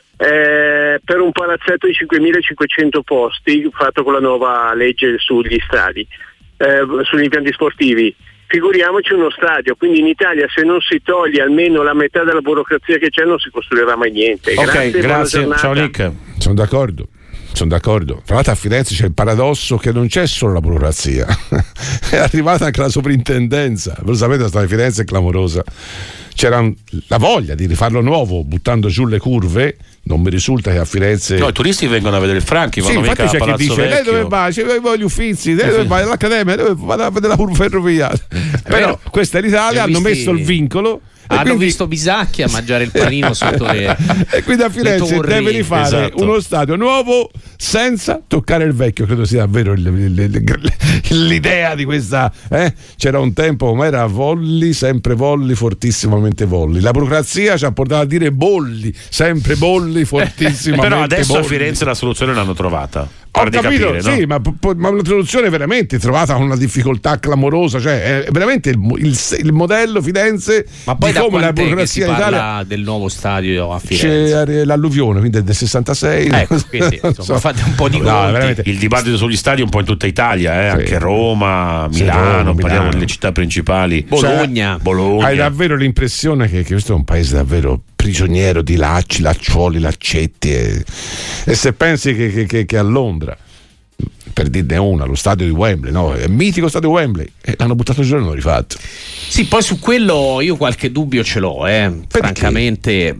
J: Eh, per un palazzetto di cinquemilacinquecento posti fatto con la nuova legge sugli stadi, eh, sugli impianti sportivi, figuriamoci uno stadio. Quindi in Italia, se non si toglie almeno la metà della burocrazia che c'è, non si costruirà mai niente.
C: Ok,
J: grazie,
C: grazie. Ciao Nick.
B: Sono d'accordo. Sono d'accordo. Tra l'altro a Firenze c'è il paradosso che non c'è solo la burocrazia, è arrivata anche la sovrintendenza. Voi sapete, la storia di Firenze è clamorosa. C'era la voglia di rifarlo nuovo buttando giù le curve. Non mi risulta che a Firenze
C: no, i turisti vengono a vedere il Franchi,
B: sì,
C: vanno mica a
B: c'è
C: Palazzo
B: chi dice
C: Vecchio.
B: lei dove va? Cioè, voi gli Uffizi, lei dove va? All'Accademia, dove vado a vedere la curva ferroviaria. Però questa è l'Italia, hanno messo il vincolo.
A: Hanno
B: quindi...
A: visto Bisacchi a mangiare il panino sotto le
B: e quindi a Firenze deve rifare
C: esatto.
B: uno stadio nuovo senza toccare il vecchio. Credo sia davvero il, il, il, l'idea di questa eh? C'era un tempo come era Volli, sempre Volli, fortissimamente Volli. La burocrazia ci ha portato a dire Bolli, sempre Bolli, fortissimamente
C: però adesso
B: Bolli.
C: A Firenze la soluzione l'hanno trovata.
B: Ho capito,
C: capire,
B: sì,
C: no?
B: ma, ma una soluzione veramente trovata con una difficoltà clamorosa, cioè è veramente il, il, il modello Firenze.
A: Ma poi
B: di
A: da
B: come la
A: quant'è che si
B: burocrazia in
A: parla
B: Italia
A: del nuovo stadio a Firenze?
B: c'è l'alluvione, quindi è del sessantasei.
A: Ecco, quindi insomma, so. Fate un po' di
B: no,
A: conti.
B: veramente.
C: Il dibattito sugli stadi un po' in tutta Italia, eh?
B: Sì.
C: Anche Roma,
B: Sì,
C: Milano,
B: Roma,
C: parliamo
B: Milano.
C: delle città principali.
A: Bologna.
C: Cioè, Bologna.
B: Hai davvero l'impressione che, che questo è un paese davvero prigioniero di lacci, lacciuoli, laccetti e, e se pensi che, che, che, che a Londra, per dirne una, lo stadio di Wembley, no? È mitico stadio Wembley, e l'hanno buttato giù e l'hanno rifatto.
A: Sì, poi su quello io qualche dubbio ce l'ho, eh. Francamente,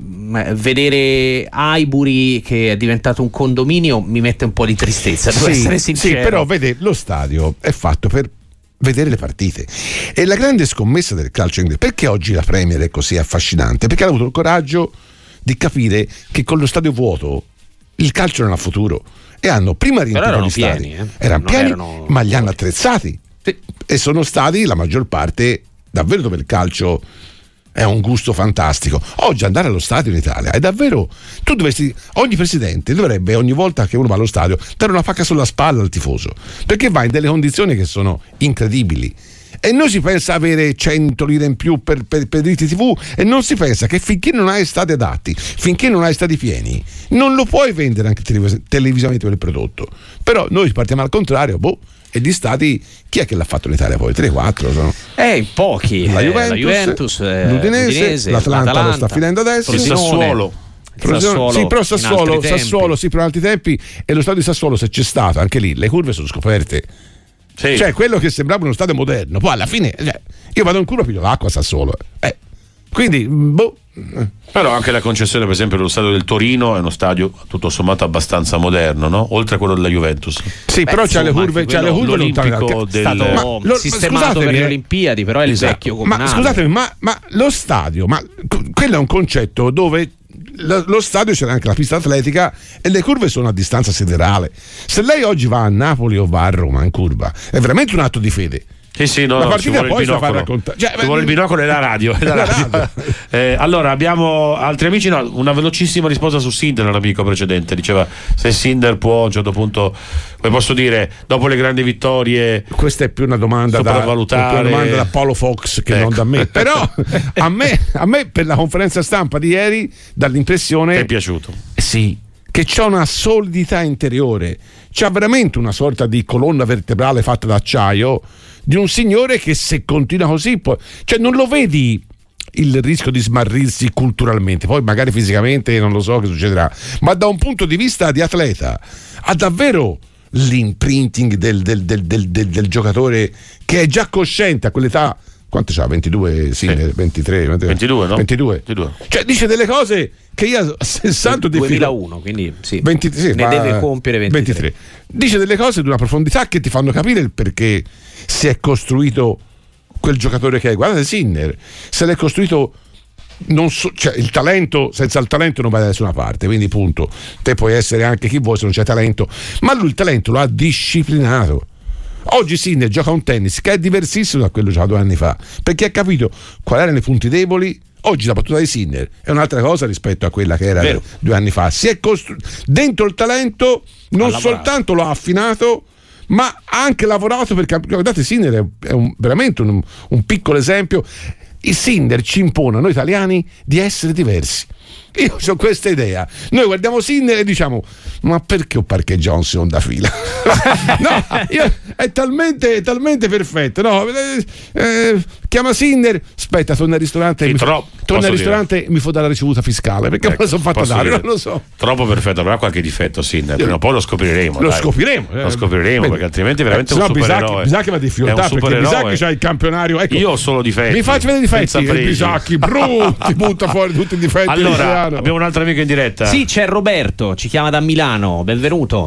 A: vedere Highbury che è diventato un condominio mi mette un po' di tristezza, devo
B: sì,
A: essere sincero.
B: Sì, però vede, lo stadio è fatto per vedere le partite. E la grande scommessa del calcio inglese, perché oggi la Premier è così affascinante? Perché ha avuto il coraggio di capire che con lo stadio vuoto il calcio non ha futuro, e hanno prima riempito gli stadi,
A: pieni, eh.
B: erano
A: non
B: pieni,
A: erano...
B: ma li hanno attrezzati, sì. E sono stati la maggior parte davvero dove il calcio è un gusto fantastico. Oggi andare allo stadio in Italia è davvero, tu dovresti, ogni presidente dovrebbe ogni volta che uno va allo stadio dare una pacca sulla spalla al tifoso, perché va in delle condizioni che sono incredibili. E non si pensa avere cento lire in più per, per, per diritti tivù, e non si pensa che finché non hai stati adatti, finché non hai stati pieni, non lo puoi vendere anche televis- televisivamente quel prodotto. Però noi partiamo al contrario, boh, e di stati, chi è che l'ha fatto in Italia poi? tre quattro sono?
A: Eh, pochi.
B: La Juventus,
A: eh, la Juventus eh,
B: l'Udinese,
A: l'Udinese,
B: l'Atlanta,
A: l'Atalanta,
B: lo sta finendo adesso.
C: Il Sassuolo.
A: Sassuolo,
B: sì, però
A: in
B: Sassuolo,
A: altri tempi.
B: Sassuolo sì, per altri tempi, e lo stadio di Sassuolo, se c'è stato, anche lì le curve sono scoperte.
C: Sì.
B: Cioè, quello che sembrava uno stadio moderno, poi alla fine, cioè, io vado in culo e piglio l'acqua a Sassuolo. Eh. Quindi, boh.
C: Però anche la concessione, per esempio, dello stadio del Torino è uno stadio tutto sommato abbastanza moderno, no? Oltre a quello della Juventus.
B: Sì,
A: Beh,
B: però c'ha le
A: insomma,
B: curve, c'ha le curve lontane dal
A: l'Olimpico
B: ca-
A: è stato
B: Ma lo-
A: sistemato per
B: scusatemi,
A: le
B: eh.
A: Olimpiadi, però è il
B: Esatto.
A: vecchio
B: Ma
A: comunale.
B: scusatemi, ma, ma lo stadio, ma quello è un concetto dove lo, lo stadio c'era anche la pista atletica e le curve sono a distanza siderale. Se lei oggi va a Napoli o va a Roma in curva, è veramente un atto di fede.
C: Sì, sì, no,
B: la
C: no, ci
B: partita
C: vuole
B: poi
C: il
B: si fa
C: binocolo.
B: raccontare. Cioè,
C: Ci vuole il binocolo e la radio. E la
B: la
C: radio.
B: radio.
C: Eh, allora, abbiamo altri amici. No, una velocissima risposta su Sinner, l'amico precedente. Diceva se Sinner può a un certo punto, come posso dire, dopo le grandi vittorie.
B: Questa è più una domanda da,
C: sopravvalutare.
B: una domanda da Paolo Fox che
C: Ecco.
B: non da me. Però a me, a me per la conferenza stampa di ieri dà l'impressione.
C: Ti è piaciuto?
B: Sì, che c'è una solidità interiore, c'ha veramente una sorta di colonna vertebrale fatta d'acciaio di un signore che se continua così può, cioè non lo vedi il rischio di smarrirsi culturalmente, poi magari fisicamente non lo so che succederà, ma da un punto di vista di atleta ha davvero l'imprinting del, del, del, del, del, del giocatore che è già cosciente a quell'età. Quanto c'ha? ventidue? Sì,
C: Sì.
B: ventitré,
C: ventidue, no?
B: ventidue.
C: ventidue.
B: Cioè dice delle cose che io a sessanta
A: duemilauno, quindi sì.
B: venti, sì,
A: ne
B: ma
A: deve compiere ventitré.
B: ventitré. Dice delle cose di una profondità che ti fanno capire il perché si è costruito quel giocatore che è. Guardate Sinner, se l'è costruito non so, cioè il talento, senza il talento non vai da nessuna parte, quindi punto. Te puoi essere anche chi vuoi se non c'è talento, ma lui il talento lo ha disciplinato. Oggi Sinner gioca un tennis che è diversissimo da quello già due anni fa, perché ha capito quali erano i punti deboli. Oggi la battuta di Sinner è un'altra cosa rispetto a quella che era
C: Vero.
B: due anni fa. Si è costru- dentro il talento non soltanto lo ha affinato, ma ha anche lavorato perché, guardate, Sinner è, è un, veramente un, un piccolo esempio. Il Sinner ci impone a noi italiani di essere diversi. Io ho questa idea. Noi guardiamo Sinner e diciamo: ma perché ho parcheggiato un secondo da fila? No, io, è talmente, è talmente perfetto. No, eh, eh, chiama Sinner, aspetta, torna al ristorante.
C: Sì,
B: mi,
C: troppo,
B: torna al
C: posso
B: ristorante e mi fa dare la ricevuta fiscale perché
C: Ecco,
B: me la sono fatta
C: posso
B: dare.
C: dire,
B: Non lo so.
C: Troppo perfetto, avrà qualche difetto Sinner. Prima o poi lo scopriremo.
B: Lo
C: dai.
B: scopriremo. eh.
C: Lo scopriremo
B: Vedi.
C: perché altrimenti è veramente
B: Eh,
C: un
B: sennò
C: supereroe.
B: Bisacchi, Bisacchi va di
C: È
B: fiortà
C: un
B: perché
C: supereroe.
B: Bisacchi c'ha il campionario. Ecco,
C: Io ho solo difetti.
B: mi faccio vedere i difetti.
C: senza
B: Il
C: pregi.
B: Bisacchi brutti, butta fuori tutti i difetti.
C: Allora,
B: dell'italiano.
C: abbiamo un altro amico in diretta.
A: Sì, c'è Roberto, ci chiama da Milano, benvenuto.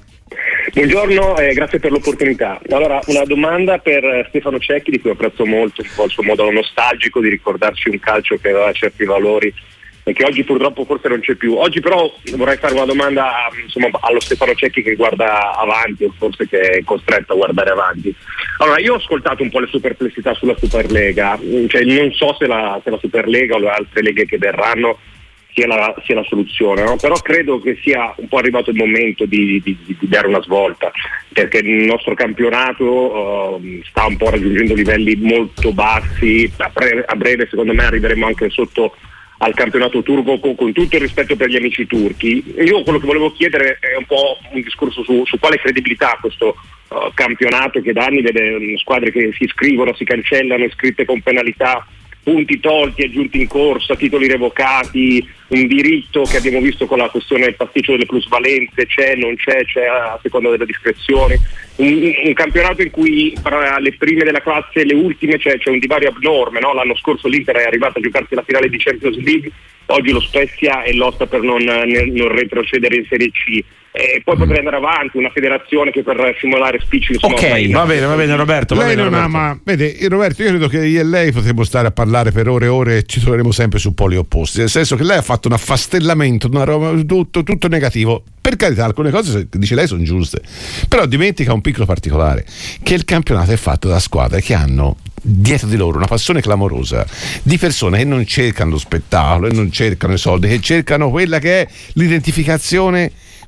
K: Buongiorno e grazie per l'opportunità. Allora, una domanda per Stefano Cecchi, di cui apprezzo molto un po' il suo modo nostalgico di ricordarci un calcio che aveva certi valori e che oggi purtroppo forse non c'è più. Oggi però vorrei fare una domanda insomma, allo Stefano Cecchi che guarda avanti o forse che è costretto a guardare avanti. Allora, io ho ascoltato un po' le sue perplessità sulla Superlega, cioè non so se la, se la Superlega o le altre leghe che verranno sia la, sia la soluzione, no? Però credo che sia un po' arrivato il momento di, di, di dare una svolta, perché il nostro campionato uh, sta un po' raggiungendo livelli molto bassi. A breve, a breve secondo me arriveremo anche sotto al campionato turco, con, con tutto il rispetto per gli amici turchi. Io quello che volevo chiedere è un po' un discorso su, su quale credibilità ha questo uh, campionato che da anni vede um, squadre che si iscrivono, si cancellano, iscritte con penalità, punti tolti, aggiunti in corsa, titoli revocati, un diritto che abbiamo visto con la questione del pasticcio delle plusvalenze, c'è, non c'è, c'è a seconda delle discrezioni, un, un campionato in cui tra le prime della classe e le ultime c'è, c'è un divario abnorme, no? L'anno scorso l'Inter è arrivato a giocarsi la finale di Champions League, oggi lo Spezia è lotta per non, non retrocedere in Serie C. E poi potrei andare avanti, una federazione che per simulare spicci insomma,
C: Ok, va bene, va bene Roberto. Va
B: lei
C: bene,
B: non
C: Roberto.
B: ama, vede, Roberto, io credo che io e lei potremmo stare a parlare per ore e ore e ci troveremo sempre su poli opposti, nel senso che lei ha fatto un affastellamento, una roba, tutto, tutto negativo. Per carità, alcune cose che dice lei sono giuste, però dimentica un piccolo particolare, che il campionato è fatto da squadre che hanno dietro di loro una passione clamorosa, di persone che non cercano lo spettacolo e non cercano i soldi, che cercano quella che è l'identificazione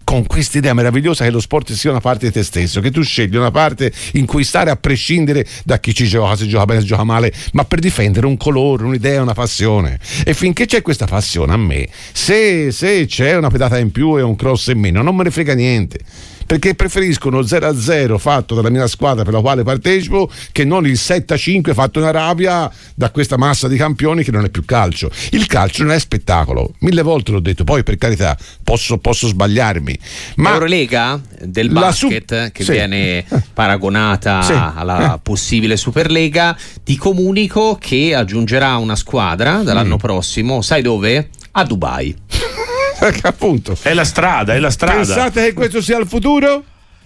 B: con questa idea meravigliosa che lo sport sia una parte di te stesso, che tu scegli una parte in cui stare a prescindere da chi ci gioca, se gioca bene, se gioca male, ma per difendere un colore, un'idea, una passione. E finché c'è questa passione, a me, se, se c'è una pedata in più e un cross in meno, non me ne frega niente, perché preferisco uno zero a zero fatto dalla mia squadra per la quale partecipo che non il sette a cinque fatto in Arabia da questa massa di campioni che non è più calcio. Il calcio non è spettacolo, mille volte l'ho detto, poi per carità posso, posso sbagliarmi, ma
A: Eurolega del basket su- che
B: sì.
A: viene paragonata
B: sì.
A: alla
B: eh.
A: possibile Superlega, ti comunico che aggiungerà una squadra dall'anno
B: mm.
A: prossimo, sai dove? A Dubai.
B: Appunto.
C: È la strada, è la strada.
B: Pensate che questo sia il futuro?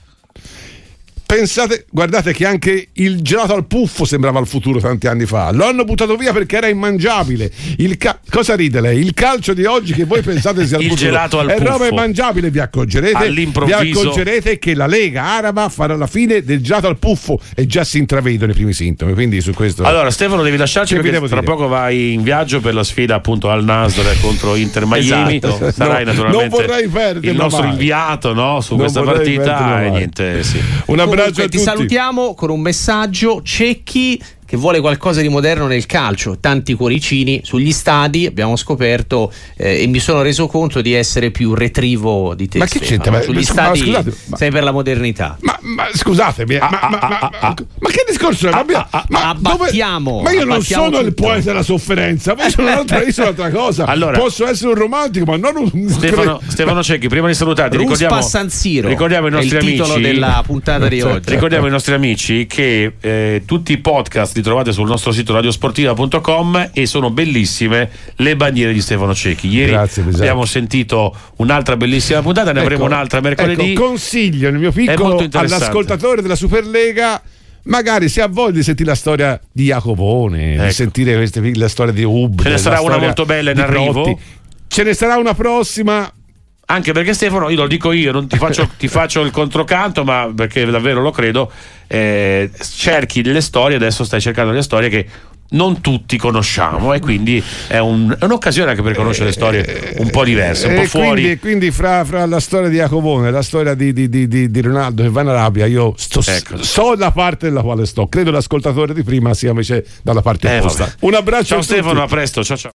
B: Pensate, guardate che anche il gelato al puffo sembrava il futuro tanti anni fa. Lo hanno buttato via perché era immangiabile. Il ca- cosa ride lei? Il calcio di oggi che voi pensate sia il,
C: il
B: futuro
C: gelato al
B: è
C: puffo.
B: roba immangiabile, vi accorgerete.
C: All'improvviso.
B: Vi accorgerete che la Lega Araba farà la fine del gelato al puffo e già si intravedono i primi sintomi. Quindi su questo.
C: Allora, Stefano, devi lasciarci
B: Che vi
C: perché
B: devo
C: tra
B: dire?
C: poco vai in viaggio per la sfida appunto al Nasr contro Inter Miami.
B: Esatto.
C: Sarai
B: No,
C: naturalmente
B: non vorrei perderla
C: il nostro
B: mai.
C: inviato, no, su
B: Non
C: questa
B: vorrei
C: partita
B: perderla
C: e
B: mai.
C: niente, sì.
B: Un abbraccio
A: Comunque,
B: a
A: ti
B: tutti.
A: salutiamo con un messaggio. Cecchi che vuole qualcosa di moderno nel calcio, tanti cuoricini sugli stadi, abbiamo scoperto eh, e mi sono reso conto di essere più retrivo di te.
B: Ma che
A: Stefano.
B: c'entra? Ma-
A: Sugli
B: ma-
A: stadi
B: ma scusate, ma-
A: sei per la modernità.
B: Ma, ma scusatemi,
C: Ah,
B: ma,
C: ah,
B: ma,
C: ah,
B: ma,
C: ah,
B: ma, ma che discorso è? Ma,
A: ah, ah,
B: ma
A: abbattiamo,
B: dove- ma io non
A: abbattiamo
B: sono il
A: tutto.
B: poeta della sofferenza, ma io sono un'altra, io sono un'altra cosa.
C: Allora-
B: Posso essere un romantico, ma non un
C: Stefano, Stefano Cecchi, prima di salutarti,
A: Ruspa
C: ricordiamo,
A: San Siro
C: ricordiamo i
A: è
C: nostri
A: il titolo
C: amici
A: della puntata di oggi.
C: Ricordiamo ai nostri amici che eh, tutti i podcast li trovate sul nostro sito radiosportiva punto com e sono bellissime le bandiere di Stefano Cecchi. Ieri
B: Grazie, esatto.
C: abbiamo sentito un'altra bellissima puntata, ne avremo
B: Ecco,
C: un'altra mercoledì.
B: Ecco, consiglio nel mio
C: È molto
B: piccolo
C: interessante.
B: all'ascoltatore della Superlega, magari se ha voglia di sentire la storia di Jacopone,
C: Ecco.
B: di sentire queste, la storia di Hub,
C: Ce ne
B: la
C: sarà una
B: storia
C: molto bella in
B: di
C: arrivo.
B: Protti. Ce ne sarà una prossima.
C: Anche perché Stefano, io lo dico io, non ti faccio, ti faccio il controcanto, ma perché davvero lo credo, eh, cerchi delle storie, adesso stai cercando delle storie che non tutti conosciamo e quindi è, un, è un'occasione anche per conoscere storie un po' diverse, un po'
B: E
C: fuori.
B: quindi, quindi fra, fra la storia di Jacopone e la storia di, di, di, di, di Ronaldo che va in Arabia, io sto,
C: Ecco.
B: so la parte della quale sto. Credo l'ascoltatore di prima sia invece dalla parte
C: Eh,
B: opposta.
C: vabbè.
B: Un abbraccio
C: Ciao
B: a tutti.
C: Stefano, a presto, ciao ciao.